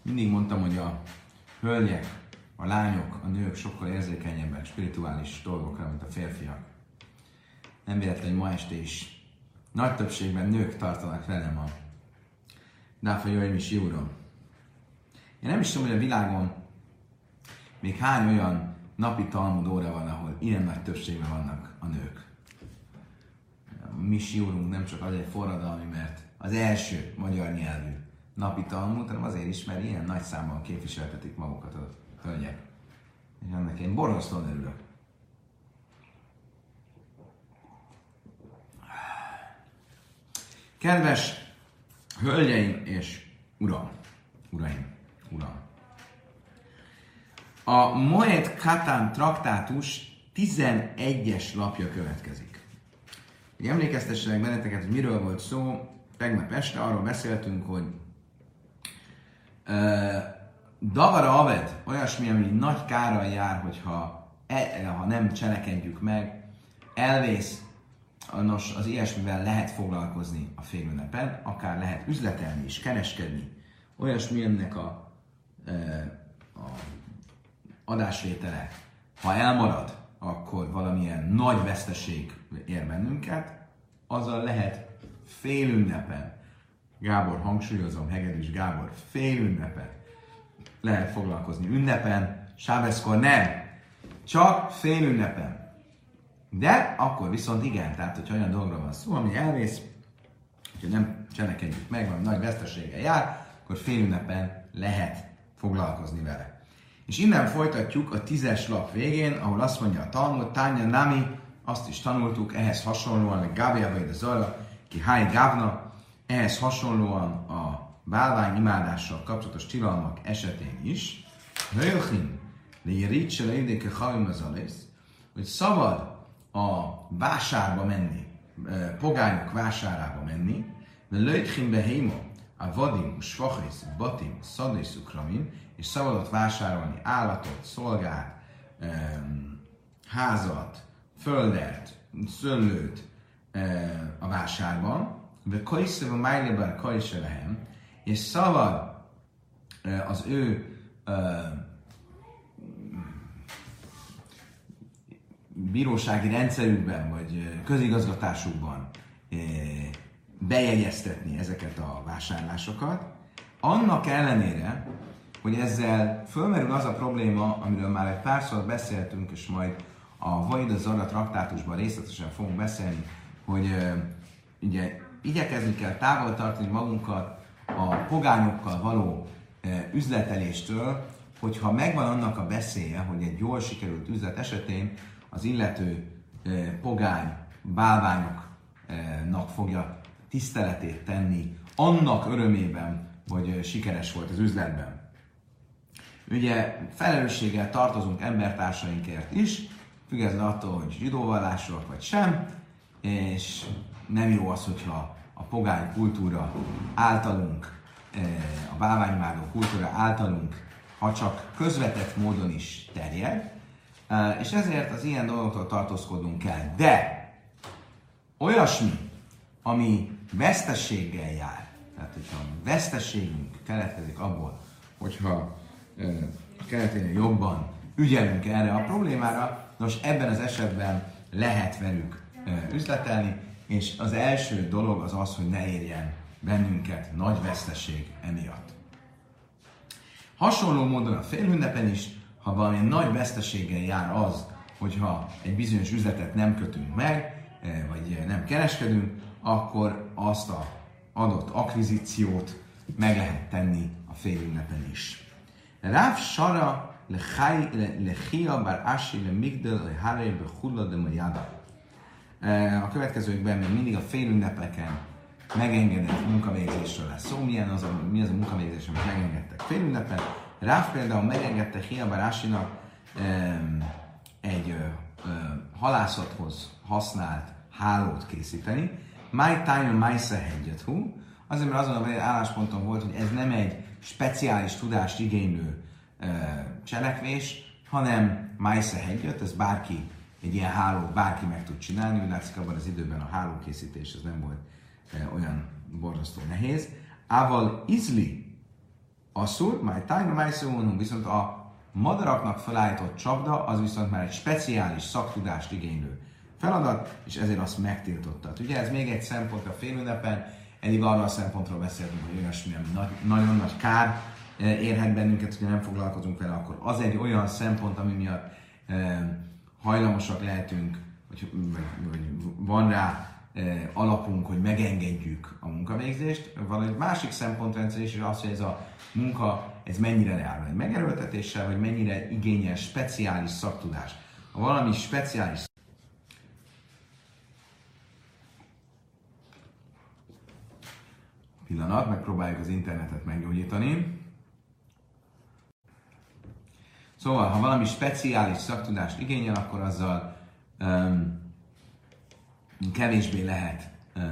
mindig mondtam, hogy a hölgyek, a lányok, a nők sokkal érzékenyebbek spirituális dolgokra, mint a férfiak. Nem véletlen, hogy ma este is nagy többségben nők tartanak velem a Dáfa Jöjjmi Siúron. Én nem is tudom, hogy a világon még hány olyan napi Talmud óra van, ahol ilyen nagy többségben vannak a nők. A mi siúrunk nem csak azért forradalmi, mert az első magyar nyelvű napi Talmud, hanem azért is, mert ilyen nagy számban képviseltetik magukat a hölgyek. És ennek én borzasztóan örülök. Kedves hölgyeim és uraim. A Moed Katan traktátus 11-es lapja következik. Ugye emlékeztessenek benneteket, hogy miről volt szó. Tegnap este arról beszéltünk, hogy Davara Aved, olyasmi, ami nagy kárral jár, hogyha ha nem cselekedjük meg, elvész. Nos, az ilyesmivel lehet foglalkozni a félünnepen, akár lehet üzletelni és kereskedni. Olyasmi ennek a adásvétele, ha elmarad, akkor valamilyen nagy veszteség ér bennünket, azzal lehet félünnepen, Gábor, hangsúlyozom, Hegedűs Gábor, félünnepen lehet foglalkozni. Ünnepen, sábeszkor nem, csak félünnepen. De akkor viszont igen, tehát hogyha olyan dologról van szó, ami elvész, hogyha nem cselekedjük meg, vagy nagy veszteséggel jár, akkor félünnepen lehet foglalkozni vele. És innen folytatjuk a 10-es lap végén, ahol azt mondja a Talmud, Tanya Nami, azt is tanultuk, ehhez hasonlóan, a Gábia vagy a Zara, ki Háj Gávna, ehhez hasonlóan a bálvány imádással kapcsolatos tilalmak esetén is, Hölchin, de Jericse leidéke Havim az Alész, hogy szabad a vásárba menni, pogányok vásárába menni, de Löjtchim behémo, a vadim, svachis, batim, szadis, ukramim, és szabadott vásárolni állatot, szolgát, házat, földet, szőlőt a vásárban, de kajszeva májlében kajselehem, és szabad az ő bírósági rendszerükben, vagy közigazgatásukban bejegyeztetni ezeket a vásárlásokat. Annak ellenére, hogy ezzel fölmerül az a probléma, amiről már egy párszor beszéltünk, és majd a Vajda Zara traktátusban részletesen fogunk beszélni, hogy ugye igyekezni kell távol tartani magunkat a pogányokkal való üzleteléstől, hogyha megvan annak a veszélye, hogy egy jól sikerült üzlet esetén az illető pogány bálványoknak fogja tiszteletét tenni annak örömében, hogy sikeres volt az üzletben. Ugye felelősséggel tartozunk embertársainkért is, függetlenül attól, hogy zsidóvallásúak vagy sem, és nem jó az, hogyha a pogány kultúra általunk, a bálványimádó kultúra általunk, ha csak közvetett módon is terjed, és ezért az ilyen dolgoktól tartózkodnunk kell. De olyasmi, ami veszteséggel jár, tehát hogyha veszteségünk keletkezik abból, hogyha keleténél jobban ügyelünk erre a problémára, nos ebben az esetben lehet velük üzletelni, és az első dolog az az, hogy ne érjen bennünket nagy veszteség emiatt. Hasonló módon a félünnepen is, ha valamilyen nagy veszteséggel jár az, hogyha egy bizonyos üzletet nem kötünk meg, vagy nem kereskedünk, akkor azt az adott akvizíciót meg lehet tenni a félünnepen is. Ráv Sara lechia bar asi le migdel le haré be hulla de majada. A következőkben még mindig a félünnepeken megengedett munkavégzésről lesz szó. Mi az a munkavégzés, amit megengedtek félünnepen? Ráv például megengedte Hia bar Asinak egy halászathoz használt hálót készíteni. Máj tájön májsze hegyethu. Azért, mert azon a állásponton volt, hogy ez nem egy speciális tudást igénylő cselekvés, hanem májsze hegyet, ez bárki, egy ilyen hálót bárki meg tud csinálni. Úgy látszik, abban az időben a hálókészítés ez nem volt olyan borzasztó nehéz. Ával izli asszur, majd tájma májszónunk, viszont a madaraknak felállított csapda, az viszont már egy speciális szaktudást igénylő feladat, és ezért azt megtiltotta. Ugye ez még egy szempont a félünnepen, eddig arra a szempontról beszéltünk, hogy olyasmi, ami nagyon nagy kár érhet bennünket, hogyha nem foglalkozunk vele, akkor az egy olyan szempont, ami miatt hajlamosak lehetünk, vagy van rá alapunk, hogy megengedjük a munkavégzést. Van egy másik szempontrendszer is, és az, hogy ez a munka, ez mennyire jár egy megerőltetéssel, vagy mennyire igényel speciális szaktudást. Ha valami speciális pillanat, megpróbáljuk az internetet meggyógyítani. Szóval, ha valami speciális szaktudást igényel, akkor azzal kevésbé lehet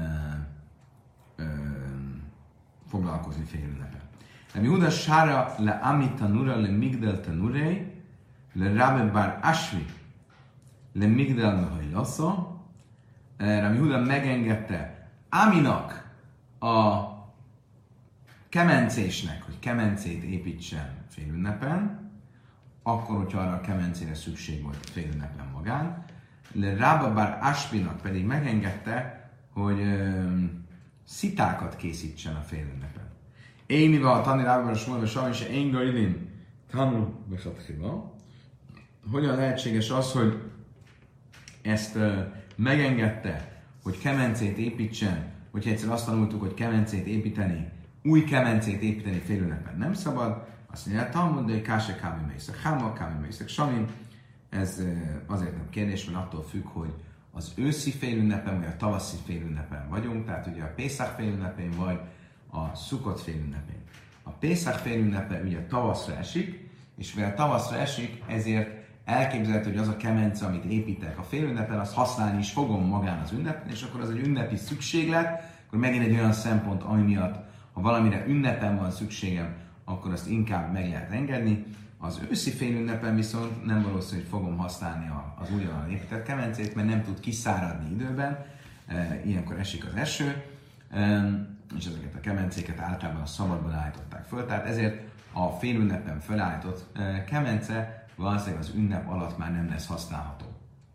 foglalkozni félünnepen. Rabbi Huda sára le ami tanura le migdal tanurei, le Rabbi bar Ashvi le migdal mehajlasza. Rabbi Huda megengedte Aminak a kemencésnek, hogy kemencét építsen félünnepen, akkor, hogyha arra a kemencére szükség volt félünnepen magán. Rabbi bar Ashvinak pedig megengedte, hogy szitákat készítsen a félünnepen. Énival tani Rabbi bar Shmuel sajnos én gailin tanul besatchiva. Hogyan lehetséges az, hogy ezt megengedte, hogy kemencét építsen, hogyha egyszer azt tanultuk, hogy kemencét építeni, új kemencét építeni félünnepen nem szabad, azt mondja, Talmud, de káse kámi mészek, háma kámi mészek, samin. Ez azért nem kérdés, mert attól függ, hogy az őszi félünnepen, vagy a tavaszi félünnepen vagyunk, tehát ugye a Pészach félünnepén, vagy a Szukot félünnepén. A Pészach félünnepe ugye tavaszra esik, és mivel tavaszra esik, ezért elképzelhető, hogy az a kemence, amit építek a félünnepen, azt használni is fogom magán az ünnepen, és akkor az egy ünnepi szükséglet, akkor megint egy olyan szempont, ami miatt, ha valamire ünnepen van szükségem, akkor azt inkább meg lehet engedni. Az őszi félünnepen viszont nem valószínű, hogy fogom használni az újonnan épített kemencét, mert nem tud kiszáradni időben, ilyenkor esik az eső, és ezeket a kemencéket általában a szabadban állították föl, tehát ezért a félünnepen felállított kemence valószínűleg az ünnep alatt már nem lesz használható.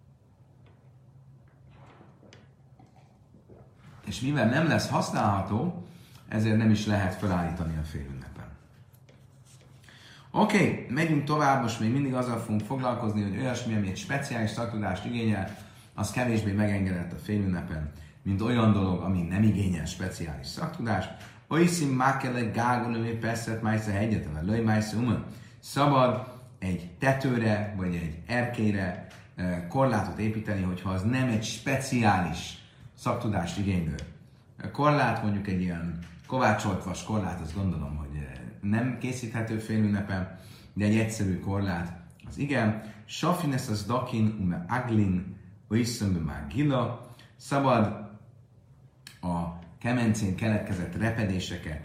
És mivel nem lesz használható, ezért nem is lehet felállítani a félünnepen. Oké, megyünk tovább, most még mindig azzal fogunk foglalkozni, hogy olyasmi, ami egy speciális szaktudást igényel, az kevésbé megengedett a félünnepen, mint olyan dolog, ami nem igényel speciális szaktudást. Oiszim mákele gágolömi perszet májsze hegyetem, a löj májsze uman. Szabad egy tetőre, vagy egy erkélyre korlátot építeni, hogyha az nem egy speciális szaktudást igénylő korlát, mondjuk egy ilyen kovácsolt vas korlát, azt gondolom, hogy nem készíthető félünnepen, de egy egyszerű korlát, az igen. Safines az dakin, ume aglin, oiszömbe már gila. Szabad a kemencén keletkezett repedéseket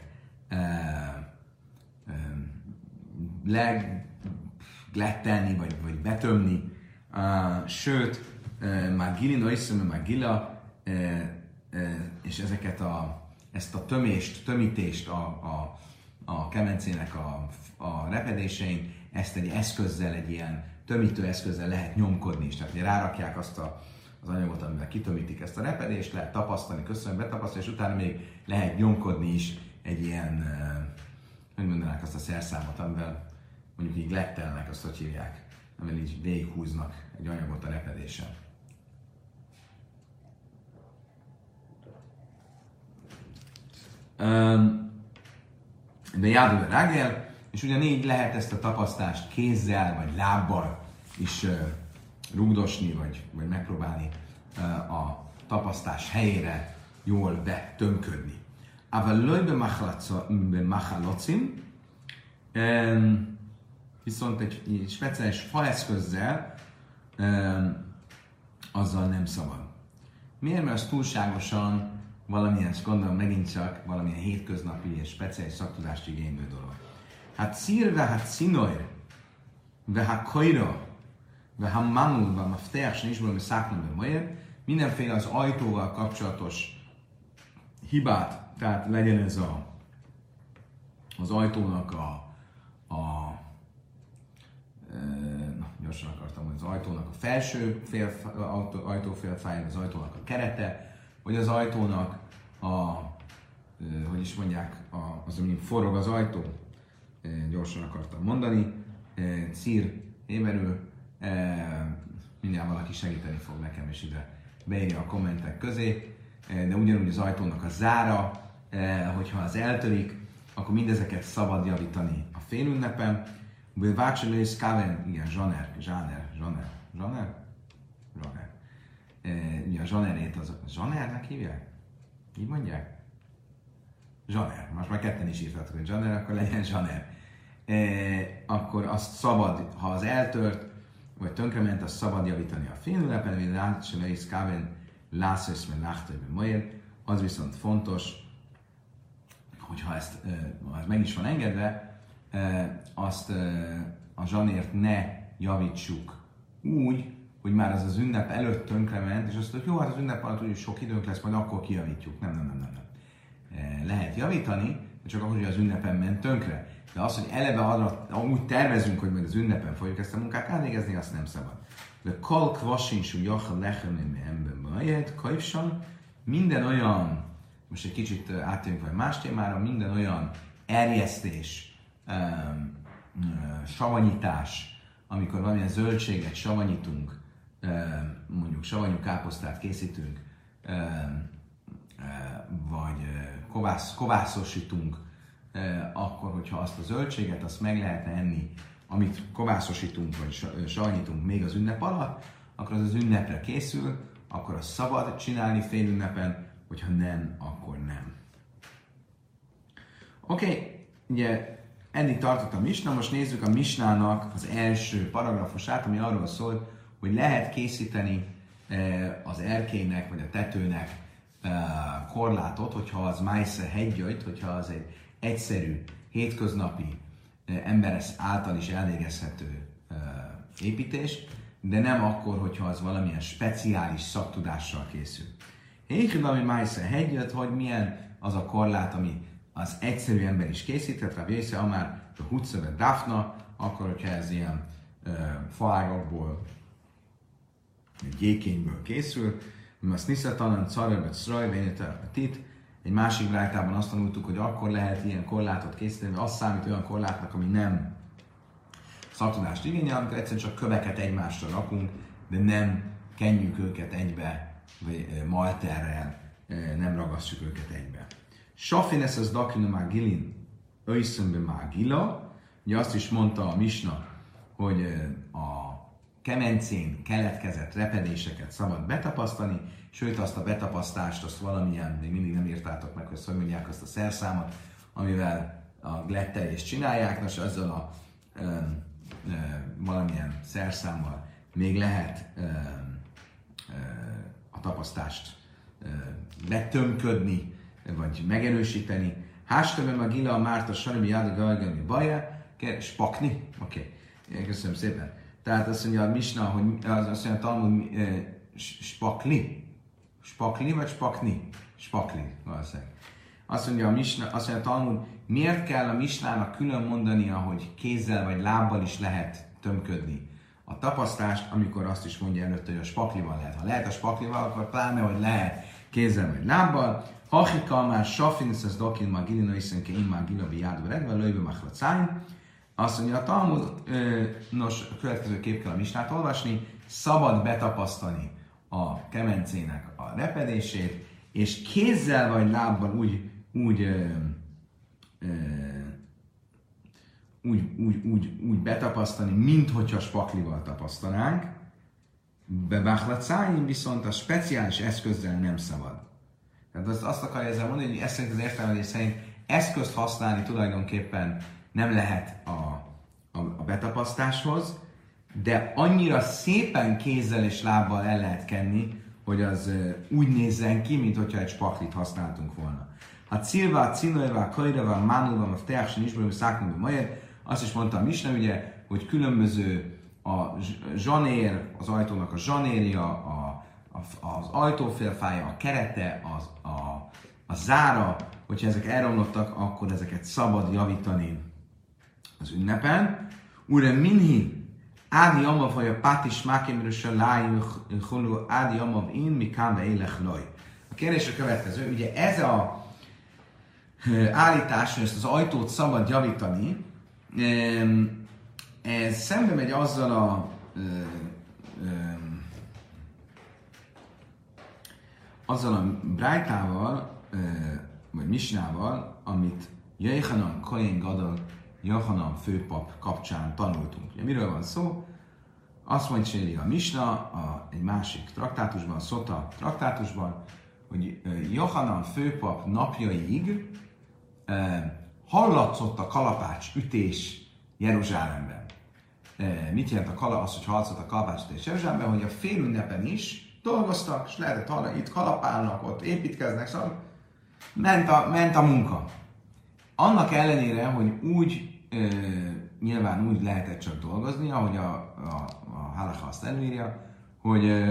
leglettelni, vagy betömni. Sőt, már gilin, oiszömbe már gila, és ezt a tömítést a kemencének a repedésein, ezt egy eszközzel, egy ilyen tömítő eszközzel lehet nyomkodni is. Tehát ugye rárakják azt az anyagot, amivel kitömítik ezt a repedést, lehet tapasztani, köszönöm, betapasztani, és utána még lehet nyomkodni is egy ilyen, hogy mondanák azt a szerszámot, amivel mondjuk így lettelnek, azt hogy hívják, amivel így végighúznak egy anyagot a repedésen. De jádul rágél, és ugyanígy lehet ezt a tapasztást kézzel vagy lábbal is rugdosni, vagy megpróbálni a tapasztás helyére jól betömködni. Ával lőjbe machalocim, viszont egy speciális faeszközzel azzal nem szabad. Miért? Mert az túlságosan valamilyen, gondolom megint csak valamilyen hétköznapi és speciális szaktudást igénylő dolog. Hát szírve, hát szinoir, hát kajra, hát mamul, a mafteás, nincs valami száknöbben majd, mindenféle az ajtóval kapcsolatos hibát, tehát legyen ez az ajtónak gyorsan akartam, hogy az ajtónak a felső ajtófélfája, az ajtónak a kerete, vagy az ajtónak hogy is mondják, az, ami forog az ajtó, gyorsan akartam mondani, cír héberül, mindjárt valaki segíteni fog nekem, és ide beírja a kommentek közé, de ugyanúgy az ajtónak a zára, hogyha az eltörik, akkor mindezeket szabad javítani a félünnepen. Vácsolés, káven, igen, zsaner. Ugye a zsanerét az zsanernek hívják? Így mondják? Zsaner. Most már ketten is írtatok, hogy zsaner, akkor legyen zsaner. Akkor azt szabad, ha az eltört, vagy tönkrement, azt szabad javítani a félünnepen, vagy vácsolés, káven, lászös, mert láchtajban majd. Az viszont fontos, hogyha ez meg is van engedve, azt a zsanért ne javítsuk úgy, hogy már az ünnep előtt tönkrement, és azt mondjuk, jó, hát az ünnep alatt úgyis sok időnk lesz, majd akkor kijavítjuk. Nem. Lehet javítani, de csak akkor, hogy az ünnepen ment tönkre. De az, hogy eleve arra úgy tervezünk, hogy majd az ünnepen fogjuk ezt a munkát elvégezni, azt nem szabad. De kal kvasinsú jachal lechem ember majed, kajfsan, minden olyan, most egy kicsit átjönk vagy más témára, minden olyan erjesztés, savanyítás, amikor valamilyen zöldséget savanyítunk, mondjuk savanyú káposztát készítünk, vagy kovászosítunk, akkor, hogyha azt a zöldséget, azt meg lehetne enni, amit kovászosítunk, vagy savanyítunk még az ünnep alatt, akkor az ünnepre készül, akkor azt szabad csinálni fél ünnepen, hogyha nem, akkor nem. Oké, ugye eddig tartott a misna, most nézzük a misnának az első paragrafusát, ami arról szól, hogy lehet készíteni az erkélynek, vagy a tetőnek korlátot, hogyha az májsze hegygyöjt, hogyha az egy egyszerű, hétköznapi, ember által is elvégezhető építés, de nem akkor, hogyha az valamilyen speciális szaktudással készül. Hétköznapi májsze hegygyöjt, hogy milyen az a korlát, ami az egyszerű ember is készíthet, rá vésze, amár a hutszövet dafna, akkor, hogyha ez ilyen faágakból, gyékényből készül, azt niszetalan, carövet, szrajvénételpetit. Egy másik rájtában azt tanultuk, hogy akkor lehet ilyen korlátot készíteni, mert azt számít olyan korlátnak, ami nem szaktudást igényel, amikor egyszerűen csak köveket egymásra rakunk, de nem kenjük őket egybe, vagy malterrel nem ragasztjuk őket egybe. Safines az dakina mágilin, öjszönbe mágila. Ugye azt is mondta a misna, hogy a kemencén keletkezett repedéseket szabad betapasztani, sőt azt a betapasztást, azt valamilyen, még mindig nem írtátok meg, hogy mondják azt a szerszámot, amivel a glettelést csinálják, nos ezzel a valamilyen szerszámmal még lehet a tapasztást betömködni, vagy megerősíteni. Hástömem a gila, a márta, sarmi, jáda, gajgani, baja, spakni. Oké, köszönöm szépen. Tehát azt mondja a misna, hogy azt mondja a Talmud, spakli. Spakli vagy spakni? Spakli, valószínűleg. Azt mondja a misna, azt mondja a Talmud, miért kell a misnának külön mondania, hogy kézzel vagy lábbal is lehet tömködni a tapasztást, amikor azt is mondja előtte, hogy a spaklival lehet. Ha lehet a spaklival, akkor pláne, hogy lehet kézzel vagy lábbal. Hachika már safinsz az dokin ma gilina iszönke én már gilabi jádva redve, lőjbe machlacány. Azt mondja a Talmud, nos, a következő kép kell a misnát olvasni, szabad betapasztani a kemencének a repedését, és kézzel vagy lábbal úgy betapasztani, mint hogyha spaklival tapasztanánk. Bebáchlacáim viszont a speciális eszközzel nem szabad. Tehát azt akarja ezzel mondani, hogy ez szerint az értelmezés szerint eszközt használni tulajdonképpen nem lehet a betapasztáshoz, de annyira szépen kézzel és lábbal el lehet kenni, hogy az úgy nézzen ki, mint hogyha egy spaklit használtunk volna. Ha cilvá, cinajvá, kajravá, mánulvá, a teáksen ismerőm száknunk majd, azt is mondta a misna, ugye, hogy különböző a zsanér, az ajtónak a zsanérja, az ajtófélfája, a kerete, a zára, hogyha ezek elromlottak, akkor ezeket szabad javítani az ünnepen. Ure minhi ádi amav, vagy a pátis mákémröse lájjuló ádi amav in, mi kámbe élek laj. A kérdés a következő, ugye ez a állítás, hogy ezt az ajtót szabad javítani, ez szembe megy azzal a brájtával, vagy misnával, amit Jechanan Kohen Gadol, Jechanan főpap kapcsán tanultunk. Ugye miről van szó? Azt mondja a misna egy másik traktátusban, Szota traktátusban, hogy Jechanan főpap napjaig hallatszott a kalapács ütés Jeruzsálemben. Mit jelent az, hogy hallatszott a kalapács ütés Jeruzsálemben? Hogy a félünnepen is dolgoztak, és lehetett hallani, itt kalapálnak, ott építkeznek, szóval ment a munka. Annak ellenére, hogy nyilván úgy lehetett csak dolgozni, ahogy a halacha azt előírja, hogy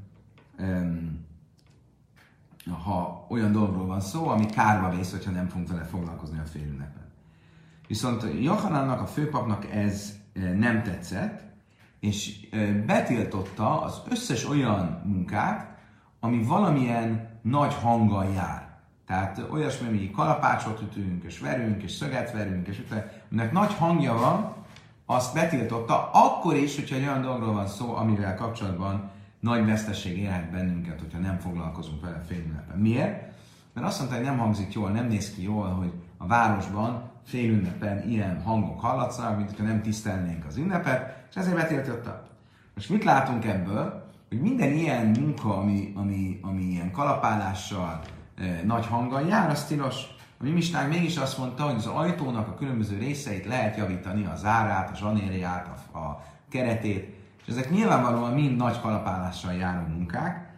ha olyan dolgról van szó, ami kárba vész, hogyha nem fogunk vele foglalkozni a félünnepen. Viszont Jochanannak, a főpapnak ez nem tetszett, és betiltotta az összes olyan munkát, ami valamilyen nagy hanggal jár. Tehát olyasmi, hogy kalapácsot ütünk, és verünk, és szöget verünk, és aminek nagy hangja van, azt betiltotta, akkor is, hogyha egy olyan dologról van szó, amivel kapcsolatban nagy veszteség érhet bennünket, hogyha nem foglalkozunk vele félünnepen. Miért? Mert azt mondta, hogy nem hangzik jól, nem néz ki jól, hogy a városban félünnepen ilyen hangok hallatszanak, mint hogyha nem tisztelnénk az ünnepet, és ezért betiltotta. Most mit látunk ebből? Hogy minden ilyen munka, ami ilyen kalapálással, nagy hanggal jár, az tilos. A mi misnánk mégis azt mondta, hogy az ajtónak a különböző részeit lehet javítani, a zárát, a zsanérját, a keretét, és ezek nyilvánvalóan mind nagy kalapálással járó munkák.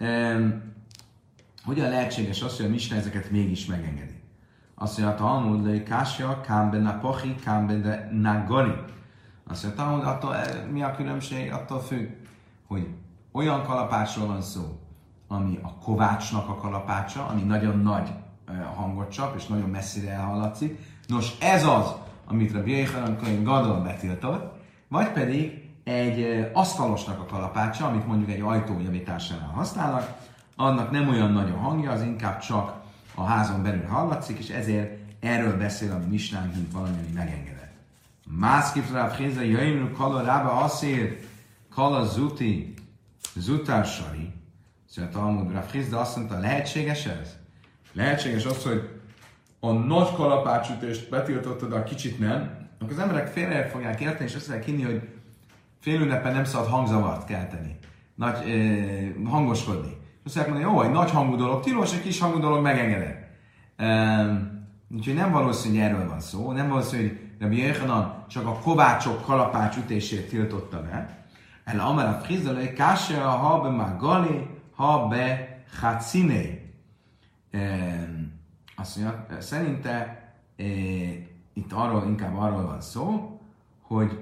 Hogyan lehetséges az, hogy a misna ezeket mégis megengedi? Azt mondja, a Talmud, hogy kásja, kámben a pochi, kámben a gari. Azt mondja, Talmud, attól mi a különbség? Attól függ, hogy olyan kalapácsról van szó, ami a kovácsnak a kalapácsa, ami nagyon nagy hangot csap, és nagyon messzire elhallatszik. Nos, ez az, amit a Jechanan Kohen Gadol betiltott, vagy pedig egy asztalosnak a kalapácsa, amit mondjuk egy ajtó javításánál használnak, annak nem olyan nagy a hangja, az inkább csak a házon belül hallatszik, és ezért erről beszél a mi misnánk, mint valami, ami megengedett. Mászkip Rav Chéza, jöjjön kala rába aszér, kala zuti, zutársari. Szóval Talmud Rav Chéza azt mondta, lehetséges ez? Lehetséges az, hogy a nagy kalapácsütést betiltottad, a kicsit nem, akkor az emberek félre fogják érteni, és azt fogják hinni, hogy félünnepen nem szabad hangzavart kelteni, hangoskodni. Azt mondják mondani, jó, egy nagy hangú dolog tilos, egy kis hangú dolog megengedett. Úgyhogy nem valószínű, hogy erről van szó, nem valószínű, hogy Rabbi Jechanan csak a kovácsok kalapács ütését tiltotta be. El amara frizzalai kásja, ha be magali, ha be chaciné. Azt mondja, szerinte itt inkább arról van szó, hogy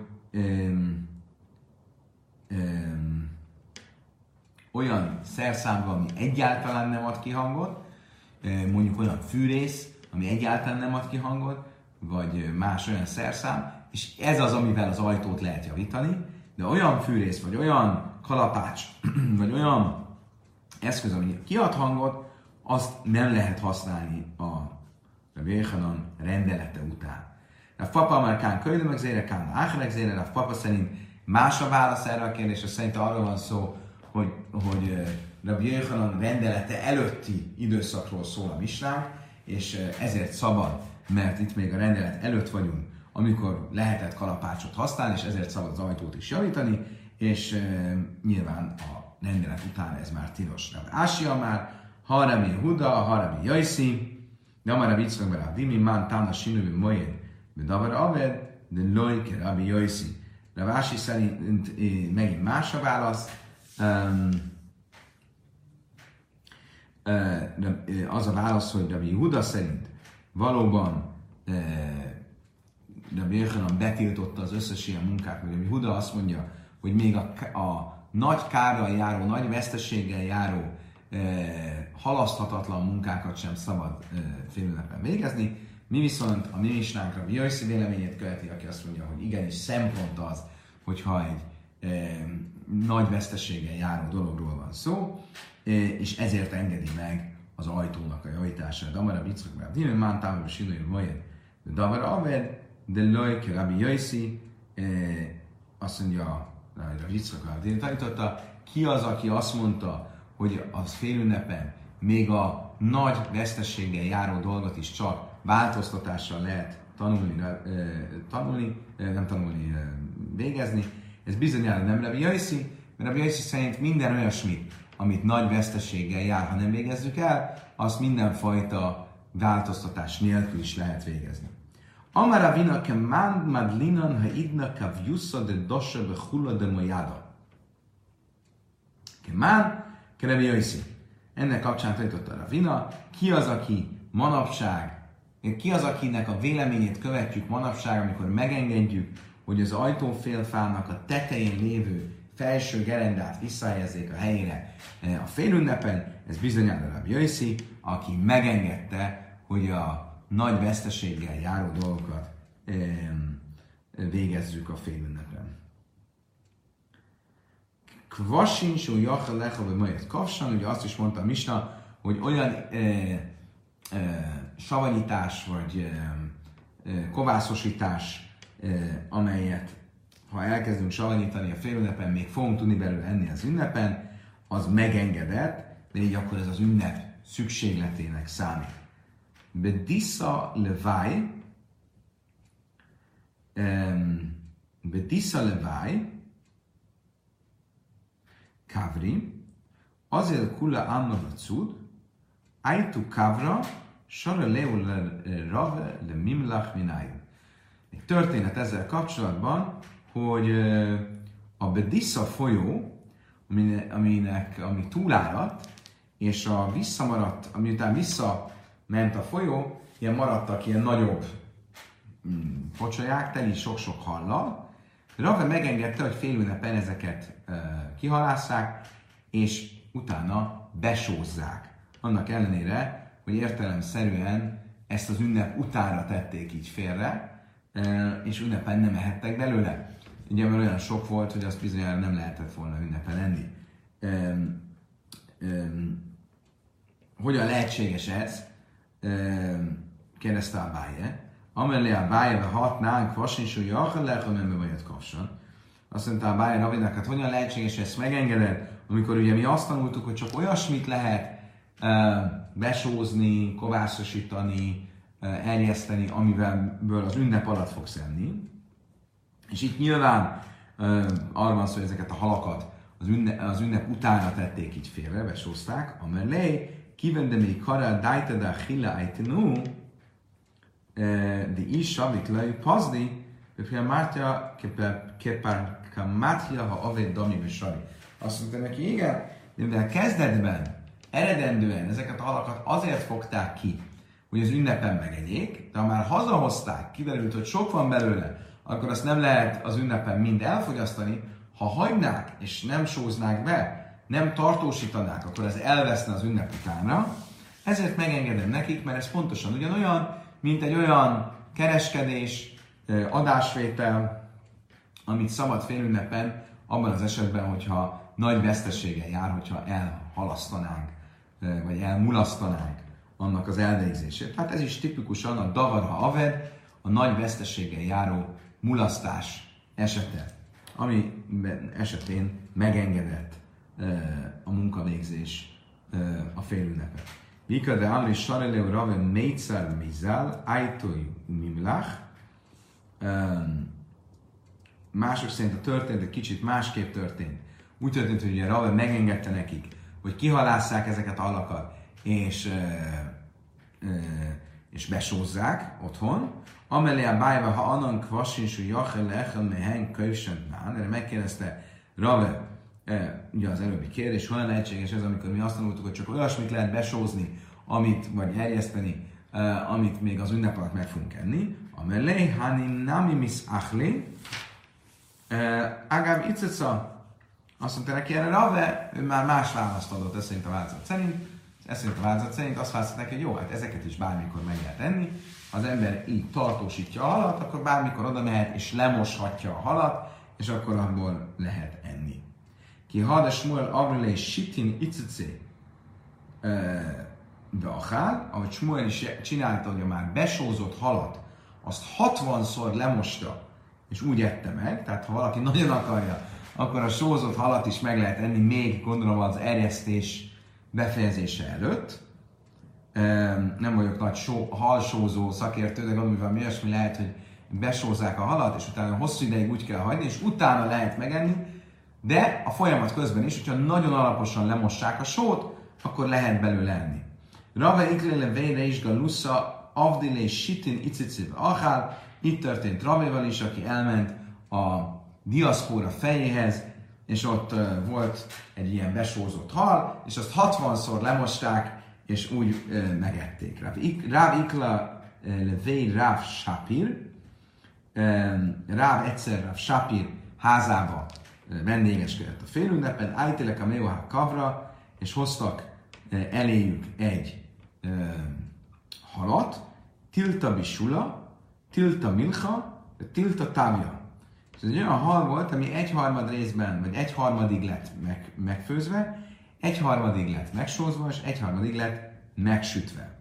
olyan szerszámban, ami egyáltalán nem ad ki hangot, mondjuk olyan fűrész, ami egyáltalán nem ad ki hangot, vagy más olyan szerszám, és ez az, amivel az ajtót lehet javítani, de olyan fűrész, vagy olyan kalapács, vagy olyan eszköz, ami kiad hangot, azt nem lehet használni a Jechanan rendelete után. A papa már kán kölyde meg zére, kán áhrek zére, a papa szerint más a válasz erre a kérdésre, szerint arról van szó, hogy Rabbi Jechanan rendelete előtti időszakról szól a misnánk, és ezért szabad, mert itt még a rendelet előtt vagyunk, amikor lehetett kalapácsot használni, és ezért szabad az ajtót is javítani, és nyilván a rendelet után ez már tilos. Ásia már, Harami Huda, Harami Jaiszi, de amara viccveg vele a Dimi, Mán Tána Sinővi Mojed, de Davar Aved, de Lojke Rabbi Jaiszi. De Vási szerint megint más a válasz. Az a válasz, hogy Rabbi Huda szerint valóban Rabbi Jechanan betiltotta az összes ilyen munkát, mert Rabbi Huda azt mondja, hogy még a nagy kárral járó, nagy veszteséggel járó halaszthatatlan munkákat sem szabad félünnepen végezni. Mi viszont a mi misnánkra a Jöjszi véleményét követi, aki azt mondja, hogy igenis szempont az, hogyha egy nagy veszteséggel járó dologról van szó, és ezért engedi meg az ajtónak a javítását. Damara Bicakbár, Dime Mántában a Sinói Vajed, de Damara Aved, de Lojke Rabbi Jöjszi, azt mondja, a Bicakbár, tanította, ki az, aki azt mondta, hogy az félünnepen még a nagy veszteséggel járó dolgot is csak változtatással lehet végezni. Ez bizonyára nem Rabbi Jöjszi, mert Rabbi Jöjszi szerint minden olyasmit, amit nagy veszteséggel jár, ha nem végezzük el, azt mindenfajta változtatás nélkül is lehet végezni. Amara vinake mand madlinan ha idnaka vjussa de dosha bechula de mojada. Kemán, Rabbi Jöjszi. Ennek kapcsán tanította a Ravina, ki az, aki manapság, ki az, akinek a véleményét követjük manapság, amikor megengedjük, hogy az ajtófélfának a tetején lévő felső gerendát visszahelyezzék a helyére a félünnepen, ez bizonyára Rabbi Jöjszi, aki megengedte, hogy a nagy veszteséggel járó dolgokat végezzük a félünnepen. Kvasincsó jachel lecha vagy majd kavsan, ugye azt is mondta a Misna, hogy olyan savanyítás vagy kovászosítás, amelyet ha elkezdünk savanyítani a félünnepen, még fogunk tudni belőle enni az ünnepen, az megengedett, de így akkor ez az ünnep szükségletének számít. Bedissa leváj, kavri, azért kula amma vacud, ajtu kavra, sara leu rave le mimlach minájum. Egy történet ezzel kapcsolatban, hogy a Bedissa folyó, ami túláradt, és a visszamaradt, amiután visszament a folyó, ilyen maradtak ilyen nagyobb pocsolyák, teli sok-sok hallal. Rave megengedte, hogy félünnepen ezeket kihalásszák, és utána besózzák. Annak ellenére, hogy értelemszerűen ezt az ünnep utánra tették így félre, és ünnepen nem ehettek belőle. Ugye, mert olyan sok volt, hogy azt bizonyára nem lehetett volna ünnepen enni. Hogyan lehetséges ez? Kérdezte a Báje. Amellé a Báje hatnánk vasincsú jachalecha nem vagy kapcsolat. Azt mondta a Báje Ravinak, hát hogyan lehetséges ezt megengeded, amikor ugye mi azt tanultuk, hogy csak olyasmit lehet besózni, kovászosítani, erjeszteni, amivel az ünnep alatt fogsz enni. És itt nyilván arra van szó, hogy ezeket a halakat az ünnep utána tették így félre, besózták. Amellé, kivende még karel dájteda chilla ajtenu, de is amit lej pazdi, például Mártya kepár kamátja, ha avét dami besari. Azt mondta neki, igen, de mivel kezdetben, eredendően ezeket a halakat azért fogták ki, hogy az ünnepen megegyék, de ha már hazahozták, kiderült, hogy sok van belőle, akkor azt nem lehet az ünnepen mind elfogyasztani. Ha hagynák és nem sóznák be, nem tartósítanák, akkor ez elveszne az ünnep utánra. Ezért megengedem nekik, mert ez pontosan ugyanolyan, mint egy olyan kereskedés, adásvétel, amit szabad félünnepen, abban az esetben, hogyha nagy veszteséggel jár, hogyha elhalasztanánk, vagy elmulasztanánk annak az elvégzését. Hát ez is tipikusan a davarha aved, a nagy veszteséggel járó mulasztás esete, ami esetén megengedett a munkavégzés a félünnepen. Vika de Amri Sareleu Rave Meitzar Mizal, Ajtói Mimlach. Mások szerint a történet egy kicsit másképp történt. Úgy történt, hogy ugye Rave megengedte nekik, hogy kihalásszák ezeket a halakat, és besózzák otthon. Amellé a bájva, ha annan kvasinsú jachel lechel mehen köysent nán, erre megkérdezte Rave, ugye az előbbi kérdés, hogyan lehetséges ez, amikor mi azt tanultuk, hogy csak olyasmit lehet besózni, vagy erjeszteni, amit még az ünnep alatt meg fogunk enni. Amellé, hanim nami mis achli, agább icceca, azt mondta neki erre Rave, ő már más választ adott, ez szerint a változat szerint. Ez szerint a változat szerint azt választották, hogy jó, hát ezeket is bármikor meg lehet enni. Ha az ember így tartósítja a halat, akkor bármikor oda mehet és lemoshatja a halat, és akkor abból lehet enni. Ki hada Shmuel Avrilé Sitin Icicé beachál, ahogy Shmuel is csinálta, hogy a már besózott halat, azt 60-szor lemosta, és úgy ette meg, tehát ha valaki nagyon akarja, akkor a sózott halat is meg lehet enni, még gondolom az erjesztés befejezése előtt. Nem vagyok nagy halsózó szakértő, de gondolom, hogy valami olyasmi lehet, hogy besózzák a halat, és utána hosszú ideig úgy kell hagyni, és utána lehet megenni, de a folyamat közben is, hogyha nagyon alaposan lemossák a sót, akkor lehet belőle enni. Rave ikléle vére is galusza avdilé sitin icicibe achál. Itt történt Ravéval is, aki elment a diaszpóra fejéhez, és ott volt egy ilyen besózott hal, és azt 60-szor lemosták, és úgy megették. Ráv ikla levei Ráv Sapir, Ráv egyszer Ráv Sapir házába vendégeskedett a félünnepen, ájtélek a Meohá kavra, és hoztak eléjük egy halat, tilta bisula, tilta milcha, tilta távja. Ez egy olyan hal volt, ami 1/3 részben, vagy 1/3 lett megfőzve, 1/3 lett megsózva, és 1/3 lett megsütve.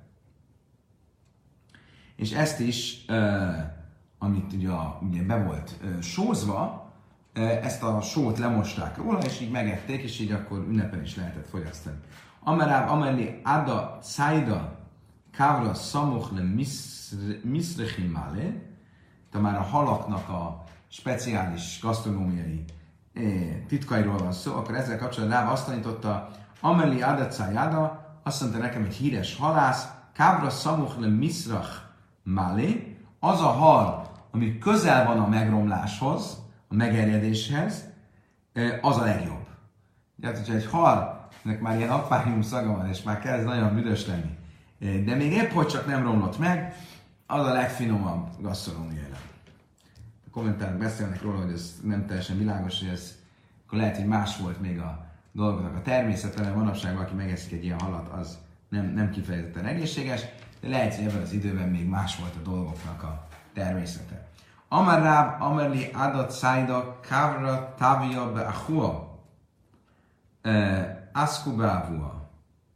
És ezt is, amit ugye be volt sózva, ezt a sót lemosták róla, és így megették, és így akkor ünnepen is lehetett fogyasztani. Ameráv amellé ada szájda kávra szamuch le miszrechim málé, tehát már a halaknak a speciális gasztronómiai titkairól van szó, akkor ezzel kapcsolatban Ráv azt tanította, amellé ada szájda, azt mondta nekem egy híres halász, kávra szamuch le miszrach málé, az a hal, ami közel van a megromláshoz, a megerjedéshez, az a legjobb. Tehát, hogyha egy hal, ennek már ilyen akvárium szaga van, és már kezd nagyon büdös lenni, de még épp hogy csak nem romlott meg, az a legfinomabb gasztronómiai. A kommentárok beszélnek róla, hogy ez nem teljesen világos, hogy ez akkor lehet, hogy más volt még a dolgoknak a természete, mert manapság valaki megeszik egy ilyen halat, az nem kifejezetten egészséges, de lehet, hogy ebben az időben még más volt a dolgoknak a természete. Amaráb, amerli adat szájda, kávra, távja, be achua, aszku be avua,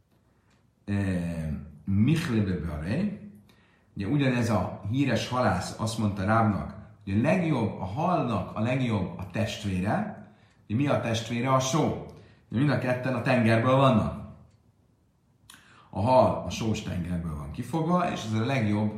michlebe bearé. Ugye ugyanez a híres halász azt mondta Rábnak, hogy a legjobb, a halnak a legjobb a testvére. Mi a testvére? A só. Mind a ketten a tengerből vannak. A hal a sós tengerből van kifogva, és ez a legjobb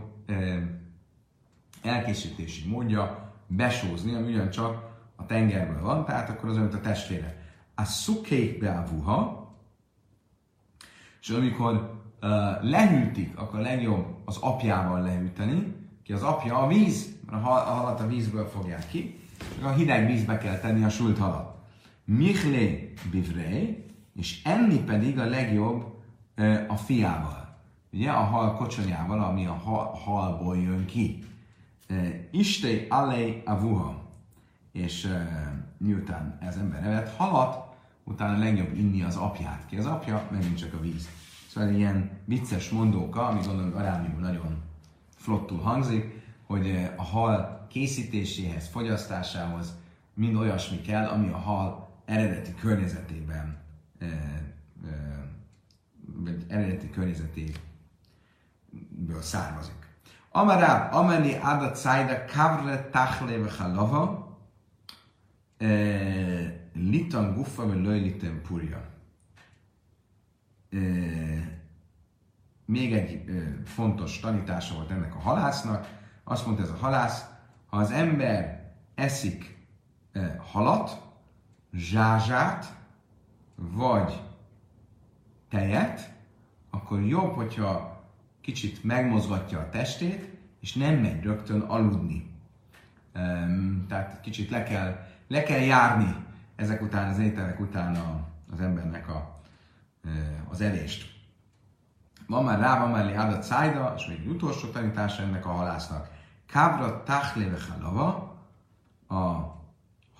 elkészítési módja besózni, ami ugyancsak a tengerből van, tehát akkor az olyan, mint a testvére. A szukék beavuha, és amikor lehűtik, akkor legjobb az apjával lehűteni, ki az apja a víz, mert a halat a vízből fogják ki, és a hideg vízbe kell tenni a sült halat. Michlé bivré, és enni pedig a legjobb a fiával. Ugye a hal kocsonyával, ami a halból jön ki. Istei alej avuha. És miután ez ember evett halat, utána legjobb inni az apját. Ki az apja? Megint csak a víz. Szóval ilyen vicces mondóka, ami gondolom arámiul nagyon flottul hangzik, hogy a hal készítéséhez, fogyasztásához mind olyasmi kell, ami a hal eredeti környezetében vagy eredeti környezetéből származik. Amaráb, ameli adat szájda kavre tachle vechalava litan guffa ve löjliten purja. Még egy fontos tanítása volt ennek a halásznak. Azt mondta ez a halász, ha az ember eszik halat, zsázsát, vagy tejet, akkor jobb, hogyha kicsit megmozgatja a testét, és nem megy rögtön aludni. Tehát kicsit le kell járni ezek után, az ételek után az embernek az evést. Van már rá, van mellé adat szájda, és még egy utolsó tanítása ennek a halásznak. Kávra tachléve halava, a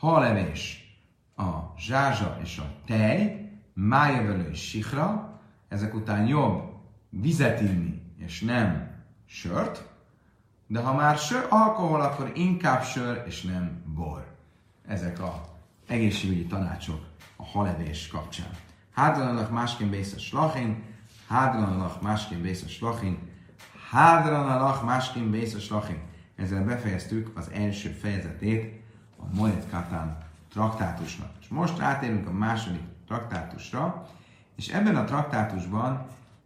halevés, a zsázsa és a tej, májavelő és sikra, ezek után jobb vizet inni, és nem sört, de ha már alkohol, akkor inkább sör, és nem bor. Ezek a egészségügyi tanácsok a halevés kapcsán. Hádranalach másként bész a slachin, hádranalach másként bész a slachin, hádranalach másként bész a slachin. Ezzel befejeztük az első fejezetét a Moed Katan traktátusnak. És most rátérünk a második traktátusra, és ebben a traktátusban,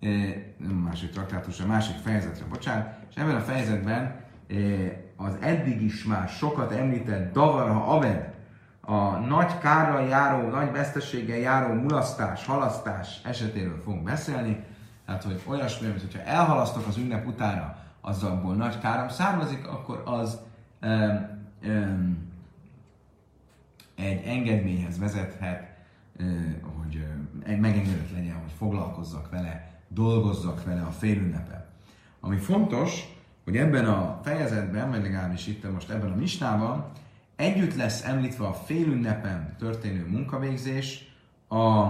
a másik fejezetre, bocsánat, és ebben a fejezetben az eddig is már sokat említett Davar Aved, a nagy kárral járó, nagy veszteséggel járó mulasztás, halasztás esetéről fogunk beszélni. Tehát, hogy olyasmi, mint hogyha elhalasztok az ünnep utána, azzalból nagy károm származik, akkor az egy engedményhez vezethet, hogy megengedett legyen, hogy foglalkozzak vele, dolgozzak vele a félünnepen. Ami fontos, hogy ebben a fejezetben, vagy legalábbis itt most ebben a misnában, együtt lesz említve a félünnepen történő munkavégzés a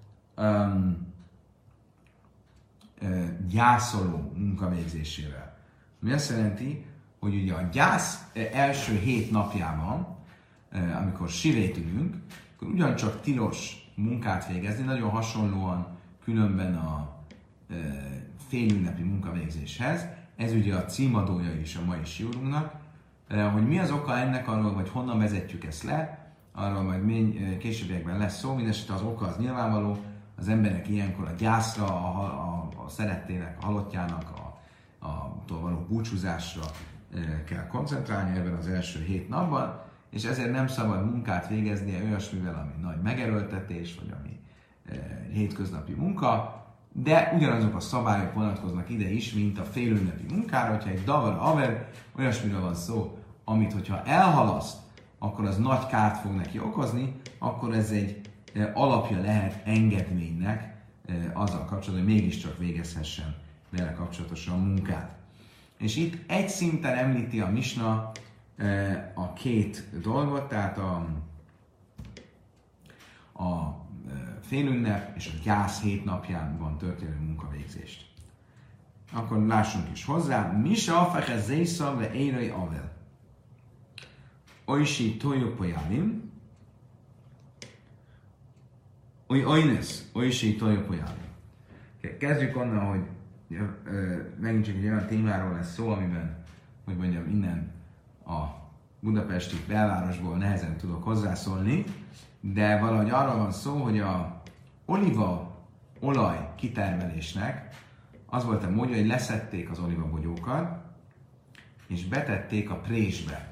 gyászoló munkavégzésével. Mi azt jelenti, hogy ugye a gyász első 7 napjában, amikor sirét ülünk, akkor ugyancsak tilos munkát végezni, nagyon hasonlóan különben a félünnepi munkavégzéshez. Ez ugye a címadója is a mai siurunknak. Hogy mi az oka ennek, arról, vagy honnan vezetjük ezt le, arról majd későbbiekben lesz szó, mindesetre az oka az nyilvánvaló, az emberek ilyenkor a gyászra, a szerettének, a halottjának, attól való búcsúzásra kell koncentrálni ebben az első 7 napban, és ezért nem szabad munkát végeznie olyasmivel, ami nagy megerőltetés, vagy ami hétköznapi munka, de ugyanazok a szabályok vonatkoznak ide is, mint a félünnepi munkára, hogyha egy davar aver, olyasmiről van szó, amit hogyha elhalaszt, akkor az nagy kárt fog neki okozni, akkor ez egy alapja lehet engedménynek azzal kapcsolatban, hogy mégiscsak végezhessen vele kapcsolatosan munkát. És itt egy szinten említi a misna a 2 dolgot, tehát a félünnep és a gyász 7 napjában történő munkavégzést. Akkor lássunk is hozzá. Misa afeche zésza ve érai avel. Oisi tojopojálim. Oines, oisi tojopojálim. Kezdjük onnan, hogy megint csak egy olyan témáról lesz szó, amiben, hogy mondjam, innen a budapesti belvárosból nehezen tudok hozzászólni, de valahogy arról van szó, hogy a oliva olaj kitermelésnek az volt a módja, hogy leszedték az olivabogyókat, és betették a présbe.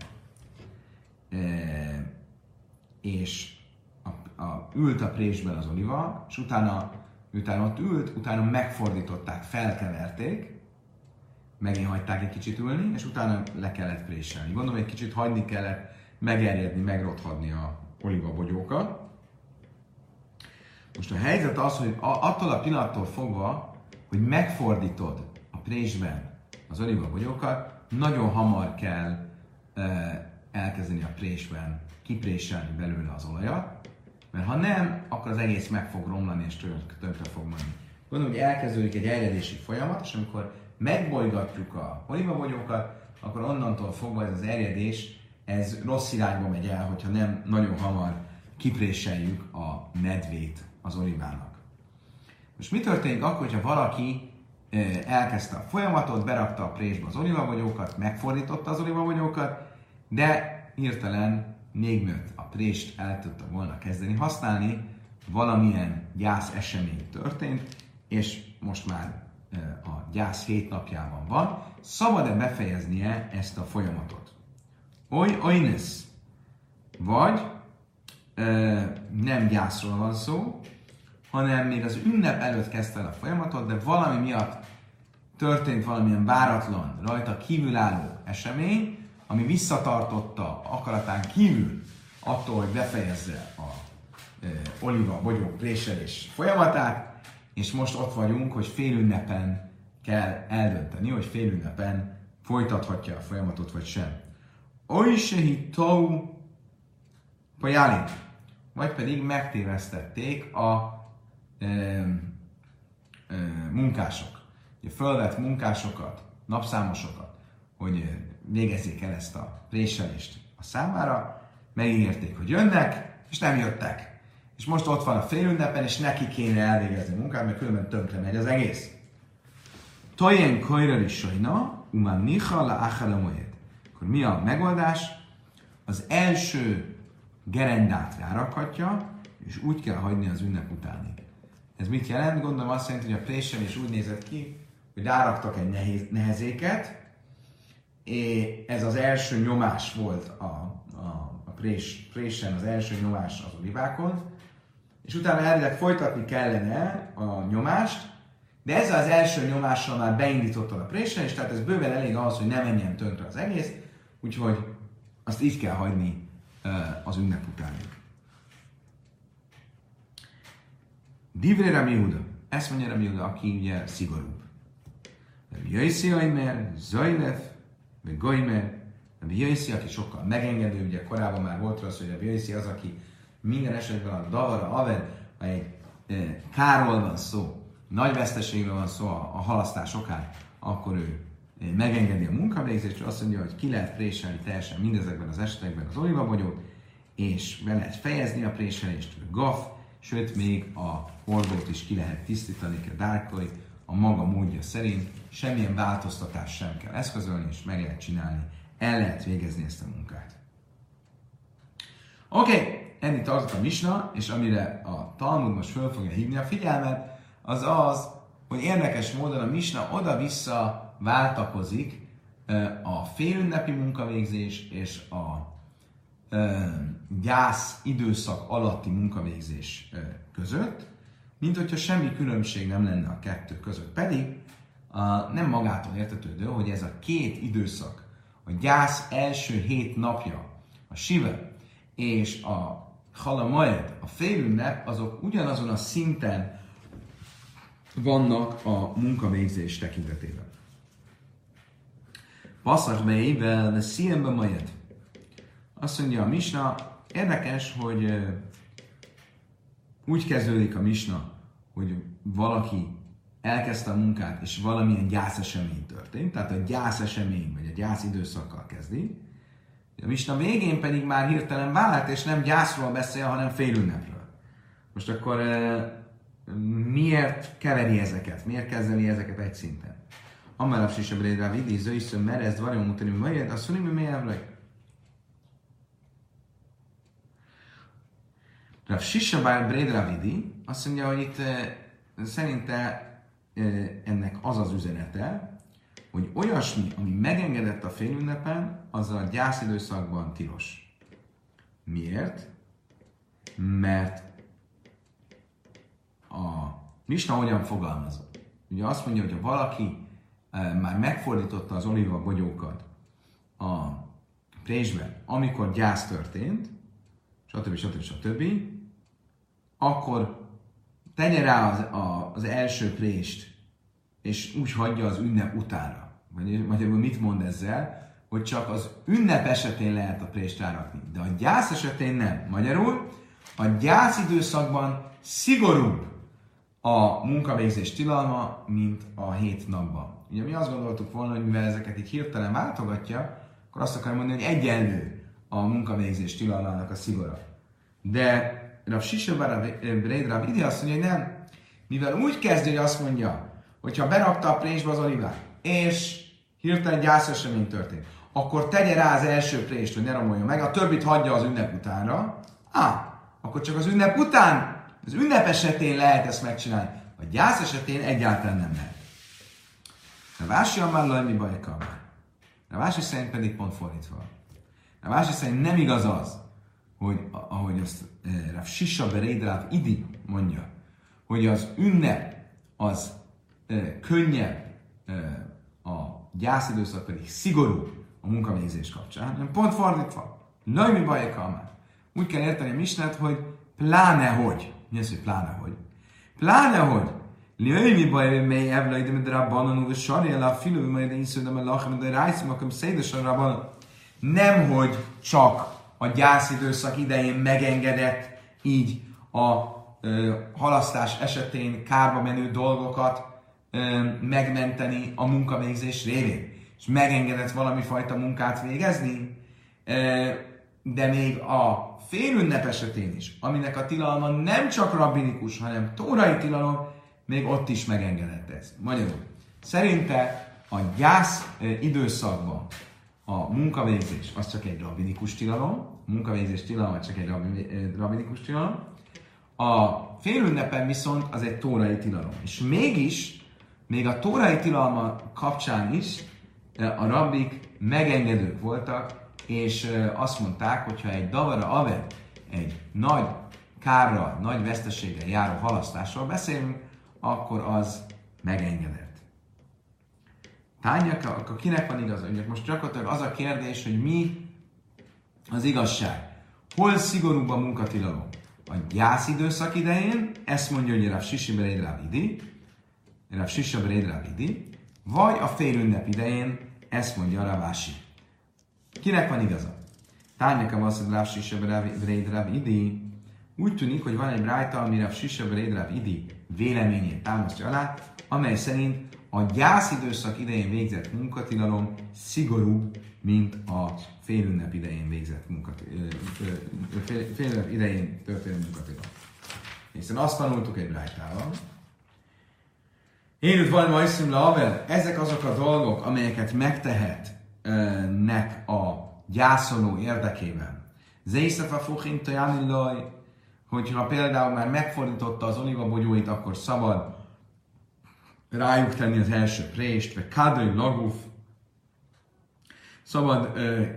És ült a présben az oliva, és utána, miután ott ült, utána megfordították, felkeverték, megint hagyták egy kicsit ülni, és utána le kellett préselni. Gondolom, egy kicsit hagyni kellett megerjedni, megrothadni a olivabogyókat. Most a helyzet az, hogy attól a pillanattól fogva, hogy megfordítod a présben az olivabogyókat, nagyon hamar kell elkezdeni a présben kipréselni belőle az olajat, mert ha nem, akkor az egész meg fog romlani és tönkre fog menni. Gondolom, hogy elkezdődik egy erjedési folyamat, és amikor megbolygatjuk a olivabogyókat, akkor onnantól fogva ez az erjedés, ez rossz irányba megy el, hogyha nem nagyon hamar kipréseljük a medvét az olivának. Most mi történik akkor, hogyha valaki elkezdte a folyamatot, berakta a présbe az olivabogyókat, megfordította az olivabogyókat, de hirtelen még mielőtt a prést el tudta volna kezdeni használni, valamilyen gyász esemény történt, és most már a gyász 7 napjában van, szabad-e befejeznie ezt a folyamatot? Oines, vagy nem gyászról van szó, hanem még az ünnep előtt kezdte el a folyamatot, de valami miatt történt valamilyen váratlan, rajta kívülálló esemény, ami visszatartotta akaratán kívül attól, hogy befejezze a oliva bogyó préselés folyamatát, és most ott vagyunk, hogy félünnepen kell eldönteni, hogy félünnepen folytathatja a folyamatot, vagy sem. Oly sehi tau pajálin, vagy pedig megtévesztették munkások, fölvett munkásokat, napszámosokat, hogy végezzék el ezt a préselést a számára, megígérték, hogy jönnek, és nem jöttek. És most ott van a félünnepen, és neki kéne elvégezni a munkát, mert különben tönkre megy az egész. Tojen kajra is sajna, umán niha la achara mojed. Akkor mi a megoldás? Az első gerendát rárakhatja, és úgy kell hagyni az ünnep utánig. Ez mit jelent? Gondolom azt jelenti, hogy a préselés úgy nézett ki, hogy ráraktak egy nehezéket, és ez az első nyomás volt a présen, az első nyomás az olivákon, és utána elvileg folytatni kellene a nyomást, de ezzel az első nyomással már beindítottad a préselést, tehát ez bőven elég ahhoz, hogy ne menjen tönkre az egész, úgyhogy azt így kell hagyni az ünnep utánig. Divré Rabbi Yehuda. Ezt mondja Rabbi Yehuda, aki ugye szigorúbb. Rabbi Yossi Aimer, Zajlef, vagy Goimer. Rabbi Yossi, aki sokkal megengedő, ugye korábban már volt rá az, hogy Rabbi Yossi az, aki minden esetben a davara, aved, ha egy kárról van szó, nagy veszteségről van szó a halasztás okán, akkor ő megengedi a munkavégzést, és azt mondja, hogy ki lehet préselni teljesen mindezekben az esetekben az olivabogyót, és be lehet fejezni a préselést, gaf, sőt, még a hordót is ki lehet tisztítani, a dárkolni, a maga módja szerint, semmilyen változtatást sem kell eszközölni, és meg lehet csinálni, el lehet végezni ezt a munkát. Oké, ennyit tartott a misna, és amire a Talmud most föl fogja hívni a figyelmet, az az, hogy érdekes módon a misna oda-vissza váltakozik a félünnepi munkavégzés és a gyász időszak alatti munkavégzés között, mint hogyha semmi különbség nem lenne a kettő között. Pedig nem magától értetődő, hogy ez a két időszak, a gyász első 7 napja, a sive és a halamaed, a félünnep, azok ugyanazon a szinten vannak a munkavégzés tekintetében. Passzak beével, de szíjembe majed. Azt mondja a misna, érdekes, hogy úgy kezdődik a misna, hogy valaki elkezdte a munkát, és valamilyen gyászesemény történt, tehát a gyászesemény, vagy a gyász időszakkal kezdi. A misna végén pedig már hirtelen vált, és nem gyászról beszél, hanem félünnepről. Most akkor miért keveri ezeket? Miért kezdeni ezeket egy szinten? Amarab Sisa Bred Ravidi, Zöiszön Merez, Dvarim Utani Majed, azt mondja, hogy miért Rav Sisa Bred Ravidi azt mondja, hogy itt szerinte ennek az az üzenete, hogy olyasmi, ami megengedett a félünnepen, az a gyászidőszakban tilos. Miért? Mert a misna hogyan fogalmazott? Ugye azt mondja, hogy ha valaki már megfordította az olivabogyókat a présben, amikor gyász történt, stb. Akkor tegye rá az első prést, és úgy hagyja az ünnep utára. Magyarul mit mond ezzel? Hogy csak az ünnep esetén lehet a prést rárakni, de a gyász esetén nem. Magyarul a gyász időszakban szigorúbb a munkavégzés tilalma, mint a 7 napban. Ugye mi azt gondoltuk volna, hogy mivel ezeket így hirtelen váltogatja, akkor azt akarom mondani, hogy egyenlő a munkavégzés tilalmának a szigora. De Rav Sisa Bred Ravidi azt mondja, hogy nem. Mivel úgy kezdő, hogy azt mondja, hogyha berakta a présbe az olivát, és hirtelen gyászesemény történt, akkor tegye rá az első prést, hogy ne romoljon meg, a többit hagyja az ünnep utánra, akkor csak az ünnep után, az ünnep esetén lehet ezt megcsinálni. A gyász esetén egyáltalán nem lehet. A Vási Amárlaj mi baj kamár. A Vási szerint pedig pont fordítva. A Vási szerint nem igaz az, hogy ahogy azt Rav Sisa Bred Ravidi mondja, hogy az ünnep az könnyebb, a gyászidőszak pedig szigorú a munkavégzés kapcsán, hanem pont fordítva. Laj mi baj kamár. Úgy kell érteni a misnát, hogy pláne hogy. Mi az, hogy pláne hogy? Pláne hogy. Liöjmi baj, mely evlai, de med rabbanon, és sarjel a filő, majd én sződöm a lachem, de rájszom, akkor szédes a rabbanon. Nem, hogy csak a gyászidőszak idején megengedett így a halasztás esetén kárba menő dolgokat megmenteni a munkavégzés révén, és megengedett valami fajta munkát végezni, de még a félünnep esetén is, aminek a tilalma nem csak rabbinikus, hanem tórai tilalom, még ott is megengedett ez. Magyarul, szerinte a gyász időszakban a munkavégzés az csak egy rabbinikus tilalom, a munkavégzés tilalma csak egy rabbinikus tilalom, a félünnepen viszont az egy tórai tilalom. És mégis, még a tórai tilalma kapcsán is a rabbik megengedők voltak, és azt mondták, hogyha egy davara aved, egy nagy kárral, nagy veszteséggel járó halasztásról beszélünk, akkor az megengedett. Tányak, akkor kinek van igaza? Ugye most gyakorlatilag az a kérdés, hogy mi az igazság. Hol szigorúbb a munkatilalom? A gyász időszak idején, ezt mondja, hogy Rav Shisha Bereid Rav Idi, vagy a félünnep idején, ezt mondja Rav Ashi. Kinek van igaza? Tányak, az, hogy Rav Shisha Bereid Rav Idi, úgy tűnik, hogy van egy brájta, ami Rav Shisha Bereid Rav Idi véleményét támasztja alá, amely szerint a gyász időszak idején végzett munkatilalom szigorúbb, mint a félünnep idején végzett félünnep idején történő munkatilalom. Hiszen azt tanultuk egy brájtával. Én valami ajszim leavel, ezek azok a dolgok, amelyeket megtehetnek a gyászoló érdekében. Zészef a fuchin tajánillaj, hogyha például már megfordította az olivabogyóit, akkor szabad rájuk tenni az első prést, vagy kádai laguf, szabad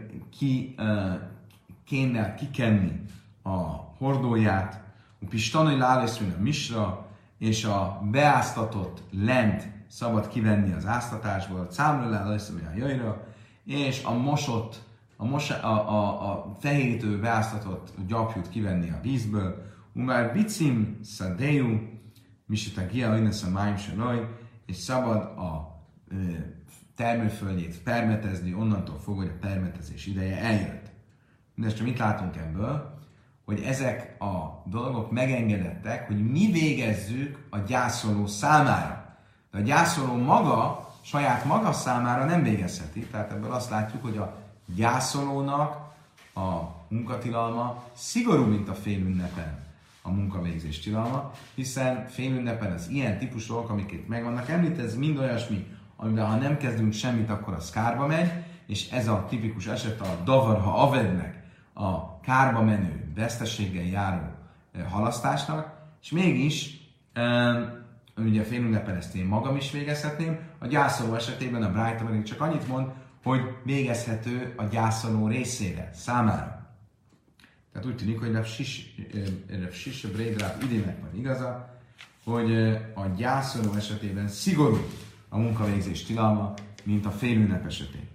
kénnel kikenni a hordóját, a pistanai lálészvén a misra, és a beáztatott lent szabad kivenni az áztatásból, a cámra lálészvén a jajra, és a mosott, a fehérítő beáztatott gyapjút kivenni a vízből, umár bicim szadéjú, misita gia oinesz a máim se raj, és szabad a termőföldjét permetezni, onnantól fogva, hogy a permetezés ideje eljött. Mindezt csak mit látunk ebből? Hogy ezek a dolgok megengedettek, hogy mi végezzük a gyászoló számára. De a gyászoló maga, saját maga számára nem végezheti. Tehát ebből azt látjuk, hogy a gyászolónak a munkatilalma szigorú, mint a félünnepen a munkavégzés tilalma, hiszen félünnepen az ilyen típusú dolgok, amiket meg vannak említve, ez mind olyasmi, amiben ha nem kezdünk semmit, akkor az kárba megy, és ez a tipikus eset a davar, ha avednek a kárba menő, veszteséggel járó halasztásnak, és mégis, ugye a félünnepen ezt én magam is végezhetném, a gyászoló esetében a Brájta pedig csak annyit mond, hogy végezhető a gyászoló részére, számára. Tehát úgy tűnik, hogy Rav Shisha Bereid Rav Idinek van igaza, hogy a gyászoló esetében szigorú a munkavégzés tilalma, mint a félünnep esetén.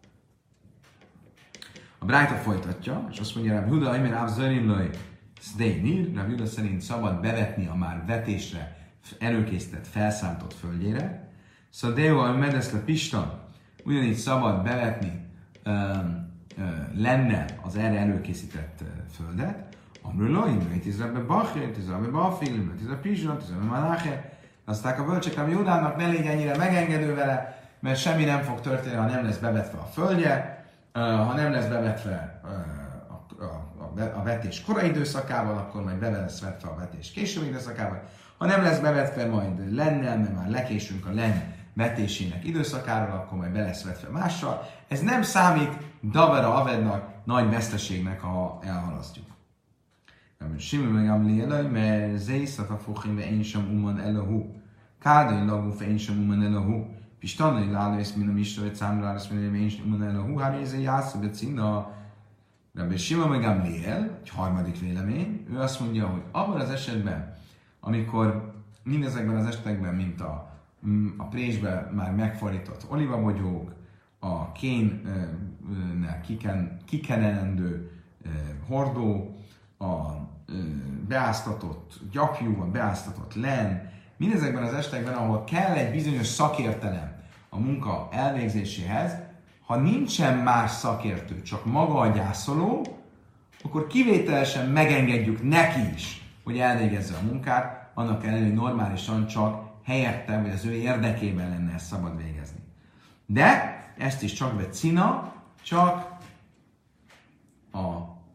A Brájta folytatja, és azt mondja, Rav Huda, Aimer Rav Zörinlői Szdeynir, Rav Huda szerint szabad bevetni a már vetésre előkészített, felszántott földjére. Szadéo, ami medeszle Pista, ugyanígy szabad bevetni lenne az erre előkészített földet, amiről itt izrabe Bachir, itt izrabe Bafil, itt izrabe Pizson, itt izrabe Malacher. Aztán a bölcsek, ami Judának ne légy ennyire megengedő vele, mert semmi nem fog történni, ha nem lesz bevetve a földje, ha nem lesz bevetve a vetés korai időszakával, akkor majd be lesz vetve a vetés későbbi időszakával. Ha nem lesz bevetve majd lennel, mert már lekésünk a len vetésének időszakáról, akkor majd be lesz vetve mással. Ez nem számít davara avednak, nagy veszteségnek, ha elhalasztjuk. Simon meg Amlielaj, mert Zészat a Fochimbe én sem uman elahu. Kádai laguf én sem uman elahu. Pistanai lálész, mint a misra, számlálész, mint én sem uman elahu. Hát ez egy jászabet színna. Rabbi Simon meg Amliel, egy harmadik vélemény, ő azt mondja, hogy abban az esetben, amikor mindezekben az esetekben, mint a présbe már megfordított olivabogyók, a kénnel kikenendő hordó, a beáztatott gyapjú, a beáztatott len, mindezekben az esetekben, ahol kell egy bizonyos szakértelem a munka elvégzéséhez, ha nincsen más szakértő, csak maga a gyászoló, akkor kivételesen megengedjük neki is hogy elvégezze a munkát, annak ellenére, hogy normálisan csak helyette, vagy az ő érdekében lenne ezt szabad végezni. De ezt is csak cina, csak a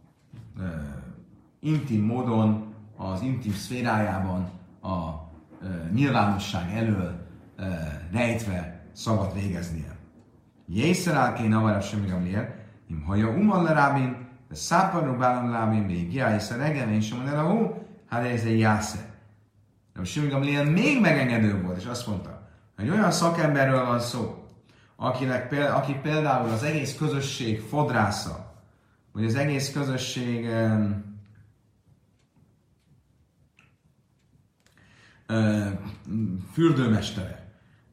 intim módon, az intim szférájában, a nyilvánosság elől rejtve szabad végeznie. Jészerálké navara semmi gamliel, im haja umal rábin, de száparú bálom rábin, még jájszer reggel, én sem mondja, hát ez egy jásze. De a semmi gamliel még megengedő volt, és azt mondta, hogy olyan szakemberről van szó, aki például az egész közösség fodrásza, vagy az egész közösség fürdőmestere,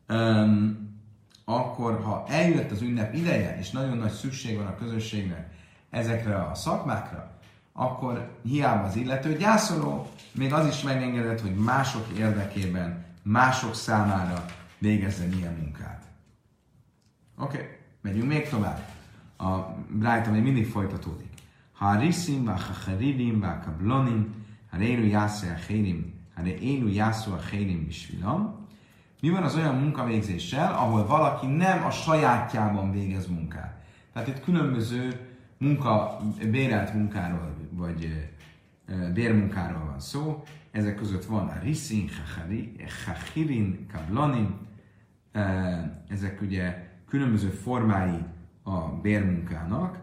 akkor ha eljött az ünnep ideje, és nagyon nagy szükség van a közösségnek ezekre a szakmákra, akkor hiába az illető gyászoló, még az is megengedett, hogy mások érdekében, mások számára végezzen ilyen munkát. Oké, megyünk még tovább. A brájta még mindig folytatódik. Ha a riszim, ha a charivim, ha a kablonim, ha rélu jászol a chérim, ha rélu jászol a chérim bisvilam. Mi van az olyan munkavégzéssel, ahol valaki nem a sajátjában végez munkát? Tehát itt különböző bérelt munkáról, vagy bérmunkáról van szó. Ezek között van a riszin, chachirin, kablonim. Ezek ugye különböző formái a bérmunkának.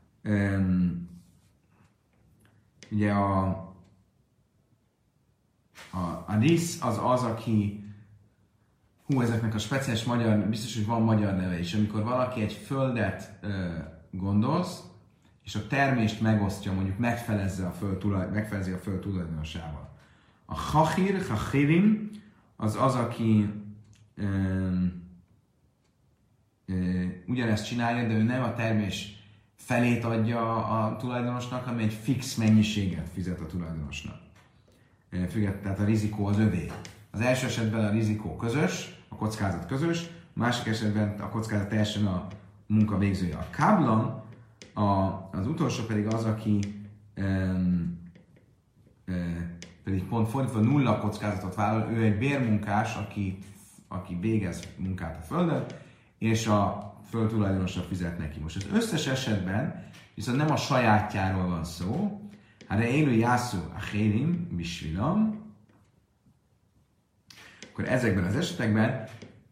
Ugye a risz az, aki ezeknek a speciális magyar, biztos, hogy van magyar neve is, amikor valaki egy földet gondolsz, és a termést megosztja, mondjuk megfelezi a föld tulajdonosával. A chachirim az, aki ugyanezt csinálja, de ő nem a termés felét adja a tulajdonosnak, hanem egy fix mennyiséget fizet a tulajdonosnak. Tehát a rizikó az övé. Az első esetben a rizikó közös, a kockázat közös, a másik esetben a kockázat teljesen a munka végzője. A káblan, az utolsó pedig az, aki pedig pont fordítva nulla kockázatot vállal, ő egy bérmunkás, aki végez munkát a földön, és a föld tulajdonosa fizet neki. Most az összes esetben viszont nem a sajátjáról van szó, hanem élő jászú a chérim, bisvilam, akkor ezekben az esetekben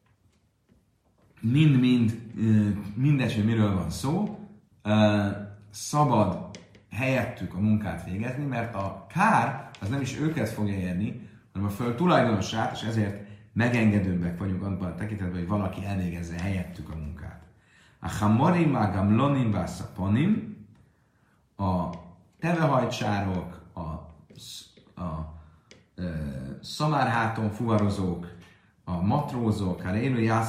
mindegy, hogy miről van szó, szabad helyettük a munkát végezni, mert a kár az nem is őket fogja érni, hanem a föld tulajdonosát, és ezért megengedőbbek vagyunk abban a tekintetben, hogy valaki elvégezze helyettük a munkát. A hamorim, a gamlonim, a szaponim, a tevehajcsárok, a szamárháton fuvarozók, a matrózok, a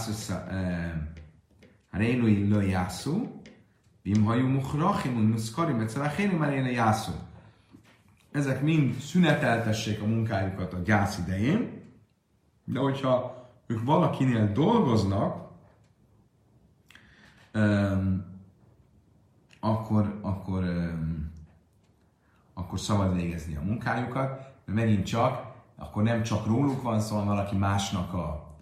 rénui löjászú, bimhajú muhrachimun muszkarim, egyszerűen a chérim a rénui jászú. Ezek mind szüneteltessék a munkájukat a gyász idején, de hogyha ők valakinél dolgoznak, akkor szabad végezni a munkájukat, mert megint csak, akkor nem csak róluk van szó, hanem valaki másnak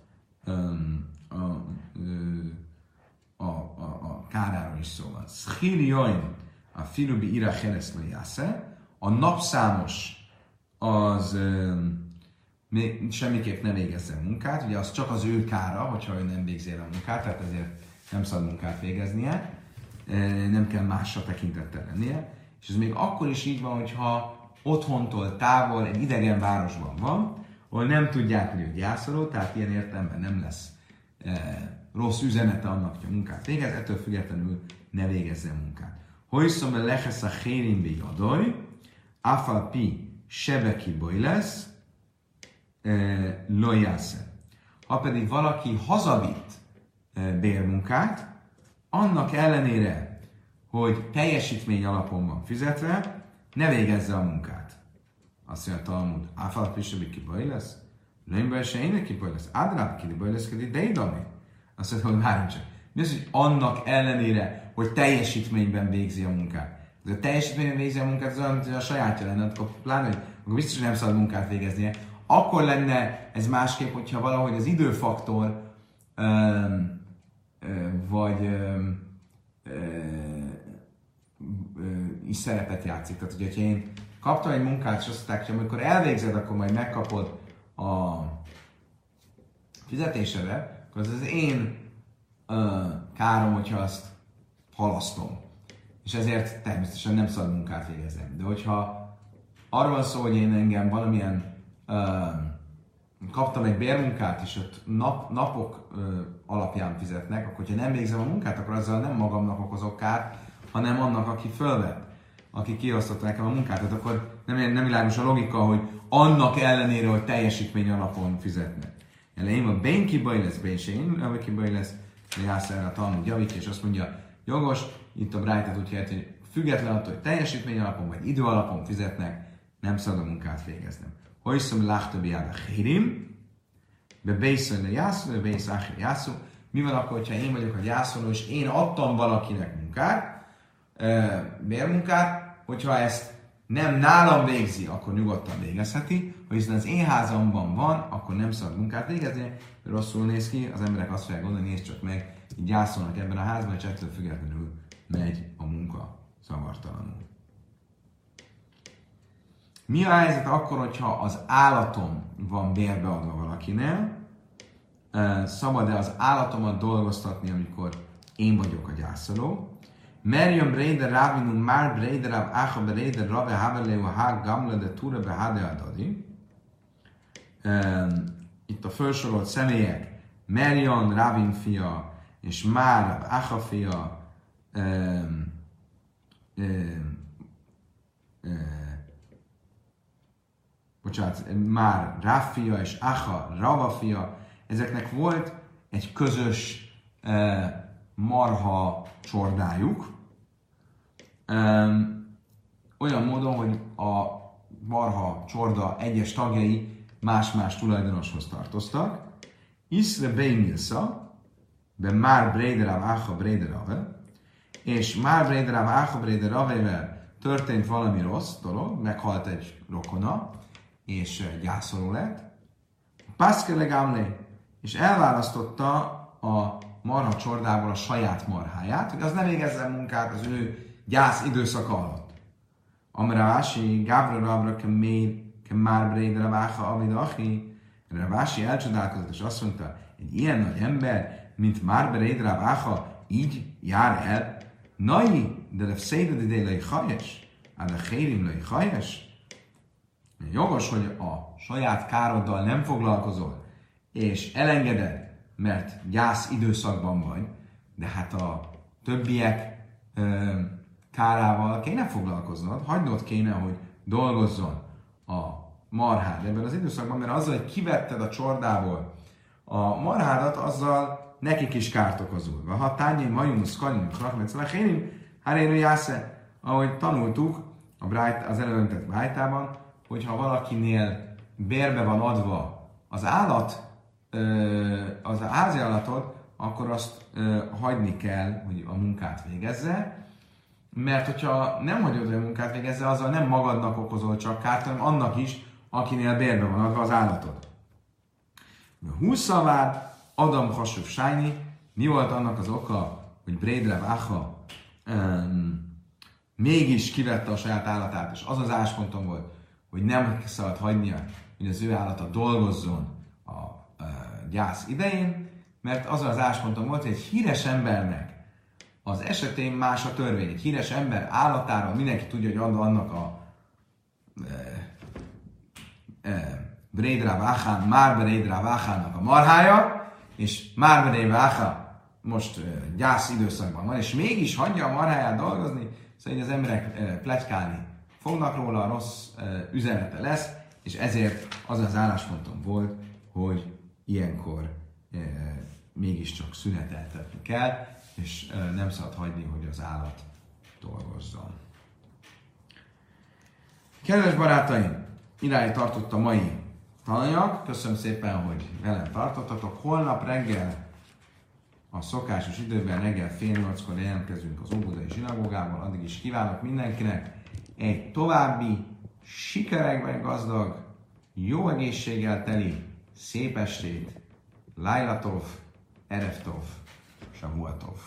a káráról is szó van. Schirjoin a filubi ira cheresznő jásze, a napszámos az semmiképp ne végezzen munkát, ugye az csak az ő kára, hogyha ő nem végzi el a munkát, tehát ezért nem szabad munkát végeznie, nem kell másra tekintettel lennie, és ez még akkor is így van, hogyha otthontól távol egy idegen városban van, ahol nem tudják, hogy ő gyászoló, tehát ilyen értelemben nem lesz rossz üzenete annak, hogy a munkát végez, ettől függetlenül ne végezzen munkát. Hojszom be lehesz a hérimbe jadoj, afal pi sebeki boj lesz, lojásze. Ha pedig valaki hazavitt bérmunkát, annak ellenére, hogy teljesítmény alapon van fizetve, ne végezze a munkát. Azt mondja a Talmud, áfal pi sebeki boj lesz, lőnybe se ének ki boj lesz, ádrább ki boj lesz, de idami. Azt mondja, hogy várjunk csak. Mi az, hogy annak ellenére, hogy teljesítményben végzi a munkát? De a teljesítményen végzi a munkát, az olyan, mint a sajátja lenne, akkor biztos, hogy nem szabad munkát végeznie. Akkor lenne ez másképp, hogyha valahogy az időfaktor is szerepet játszik. Tehát, hogyha én kaptam egy munkát, és azt mondták, hogy amikor elvégzed, akkor majd megkapod a fizetésedet, akkor az én károm, hogyha azt halasztom. És ezért természetesen nem szabad munkát végeznem. De hogyha arról van szó, hogy én engem valamilyen kaptam egy bérmunkát, és ott napok alapján fizetnek, akkor hogyha nem végzem a munkát, akkor azzal nem magamnak okozok kárt, hanem annak, aki fölvett, aki kiosztotta nekem a munkát. Tehát akkor nem világos a logika, hogy annak ellenére, hogy teljesítmény alapon fizetnek. Én a Bénkibai lesz, Bénkibai lesz, Jász a Talmud javít, és azt mondja, jogos, itt a Brájtát úgy jelenti, hogy független attól, hogy teljesítmény alapon vagy idő alapon fizetnek, nem szabad a munkát végeznem. Hogy szom láhtöbbi áll a hérim, be bészön a jászol, be bész áhir jászol. Mi van akkor, hogyha én vagyok a gyászoló, és én adtam valakinek munkát, bérmunkát, hogyha ezt nem nálam végzi, akkor nyugodtan végezheti, ha hiszen az én házamban van, akkor nem szabad munkát végezni, rosszul néz ki, az emberek azt fogják gondolni, nézd csak meg, így gyászolnak ebben a házban, és ettől függetlenül megy a munka zavartalanul. Mi a helyzet akkor, hogyha az állatom van bérbeadva valakinél? Szabad-e az állatomat dolgoztatni, amikor én vagyok a gyászoló? Merjön Breider Ravinun már Breider Rav Acha Breider Rave Haveleu Ha Gamla de Tura Behade Adadi. Itt a felsorolt személyek Merjön Ravin fia és Már Rav Acha fia Már Rav fia és Acha Rava fia. Ezeknek volt egy közös marha csordájuk, olyan módon, hogy a marha csorda egyes tagjai más-más tulajdonoshoz tartoztak. Iszre Beimilsa, be Már Breiderav Acha Breiderave, és Már Breiderav Acha Breideraveivel történt valami rossz dolog, meghalt egy rokona, és gyászoló lett. Pászkele Gamle, és elválasztotta a marha csordából a saját marháját, hogy az nem végezzen munkát az ő gyász időszaka alatt. Amrási, Gávra Rabra, Már Breiderav Acha Avidachi, Ravási elcsodálkozott, és azt mondta, egy ilyen nagy ember, mint Már Breiderav Acha, így jár el. Nai, de lefszéded ide lej hajes, áll a hérim lej hajes. Jogos, hogy a saját károddal nem foglalkozol, és elengeded, mert gyász időszakban vagy, de hát a többiek kárával kéne foglalkoznod, hagynod kéne, hogy dolgozzon a marhád ebben az időszakban, mert azzal, hogy kivetted a csordából a marhádat, azzal nekik is kárt okozol. Ha tányém, majumusz, kalim, krakmetsz, hérim, hárénő jásze, ahogy tanultuk az előntett brájtában, hogyha valakinél bérbe van adva az állat, az a házi állatod, akkor azt hagyni kell, hogy a munkát végezze, mert hogyha nem hagyod, hogy a munkát végezze, azzal nem magadnak okozol csak kárt, hanem annak is, akinél bérbe van adva az állatod. 20 szavár, Adam Hasuf Sájni, mi volt annak az oka, hogy Breiderev Acha mégis kivette a saját állatát, és az az ásponton volt, hogy nem szabad hagynia, hogy az ő állata dolgozzon a gyász idején, mert az az ásponton volt, hogy egy híres embernek az esetén más a törvény. Egy híres ember állatáról mindenki tudja, hogy annak a Breiderev Acha, Már Breiderev Achának a marhája, és Már Breiderev Acha most gyász időszakban van, és mégis hagyja a marháját dolgozni, szóval az emberek pletykálni fognak róla, rossz üzenete lesz, és ezért az az álláspontom volt, hogy ilyenkor mégiscsak szüneteltetni kell, és nem szabad hagyni, hogy az állat dolgozzon. Kedves barátaim, idáig tartott a mai tananyag. Köszönöm szépen, hogy velem tartottatok. Holnap reggel a szokásos időben reggel fél 8-kor jelentkezünk az Óbudai zsinagógában, addig is kívánok mindenkinek egy további sikerekben gazdag, jó egészséggel teli, szép estét, Lajlatov, Erev Tov, Shavuot Tov.